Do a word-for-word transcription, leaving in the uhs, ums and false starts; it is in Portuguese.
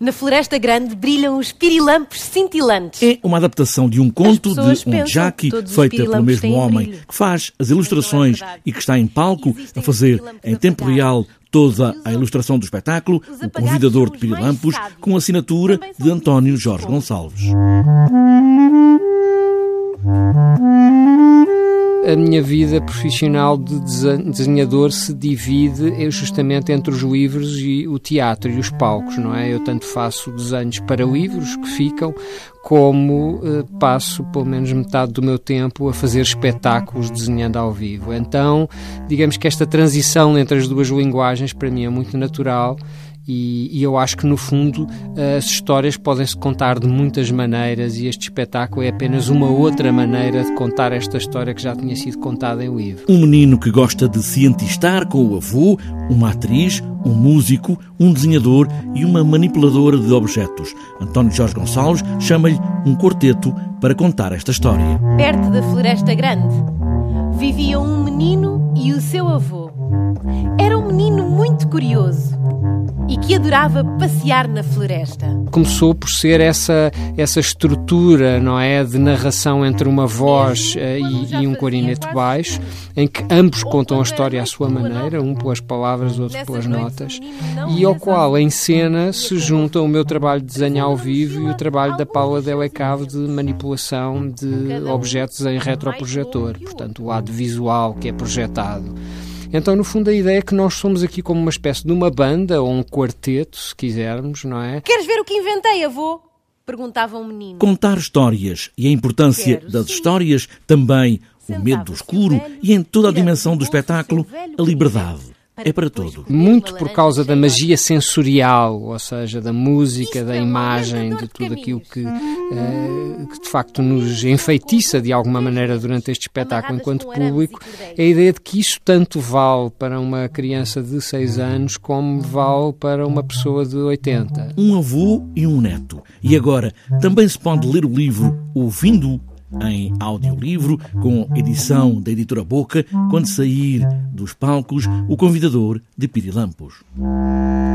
Na Floresta Grande brilham os pirilampos cintilantes. É uma adaptação de um conto de pensam, um Jackie, todos os feita pelo pirilampos mesmo têm homem, brilho. que faz as ilustrações Mas não é verdade. e que está em palco Existem a fazer pirilampos em tempo apagados. real toda a E os ilustração do espetáculo, Os o apagados convidador são de os mais Pirilampos, sábios. com assinatura Também são de António conhecidos Jorge como- Gonçalves. A minha vida profissional de desenhador se divide justamente entre os livros e o teatro e os palcos, não é? Eu tanto faço desenhos para livros que ficam, como eh, passo pelo menos metade do meu tempo a fazer espetáculos desenhando ao vivo. Então, digamos que esta transição entre as duas linguagens para mim é muito natural. E, e eu acho que, no fundo, as histórias podem-se contar de muitas maneiras e este espetáculo é apenas uma outra maneira de contar esta história que já tinha sido contada em livro. Um menino que gosta de cientistar com o avô, uma atriz, um músico, um desenhador e uma manipuladora de objetos. António Jorge Gonçalves chama-lhe um quarteto para contar esta história. Perto da Floresta Grande, viviam um menino e o seu avô. Era um menino muito curioso e que adorava passear na floresta. Começou por ser essa, essa estrutura, não é, de narração entre uma voz eh, e, e um clarinete baixo, em que ambos contam a história à sua maneira, um pelas palavras, outro pelas notas, e ao qual em cena se junta o meu trabalho de desenho ao vivo e o trabalho da Paula Delecave de manipulação de objetos em retroprojetor, portanto o lado visual que é projetado. Então, no fundo, a ideia é que nós somos aqui como uma espécie de uma banda ou um quarteto, se quisermos, não é? Queres ver o que inventei, avô? Perguntava um menino. Contar histórias e a importância Quero, das sim. histórias, também o medo do Sentava-se escuro o velho, e em toda a tirando dimensão do do bolso espetáculo, o seu velho a liberdade. para É para depois todo. comer Muito uma por laranja causa da cheia de magia sensorial, ou seja, da música, Isto da é uma imagem, aumenta de dor de tudo aquilo caminhos. que, eh, que de facto nos enfeitiça de alguma maneira durante este espetáculo Amarradas enquanto com arames e público, cordéis. é a ideia de que isso tanto vale para uma criança de seis anos como vale para uma pessoa de oitenta. Um avô e um neto. E agora também se pode ler o livro ouvindo em audiolivro, com edição da editora Boca, quando sair dos palcos o convidador de Pirilampos.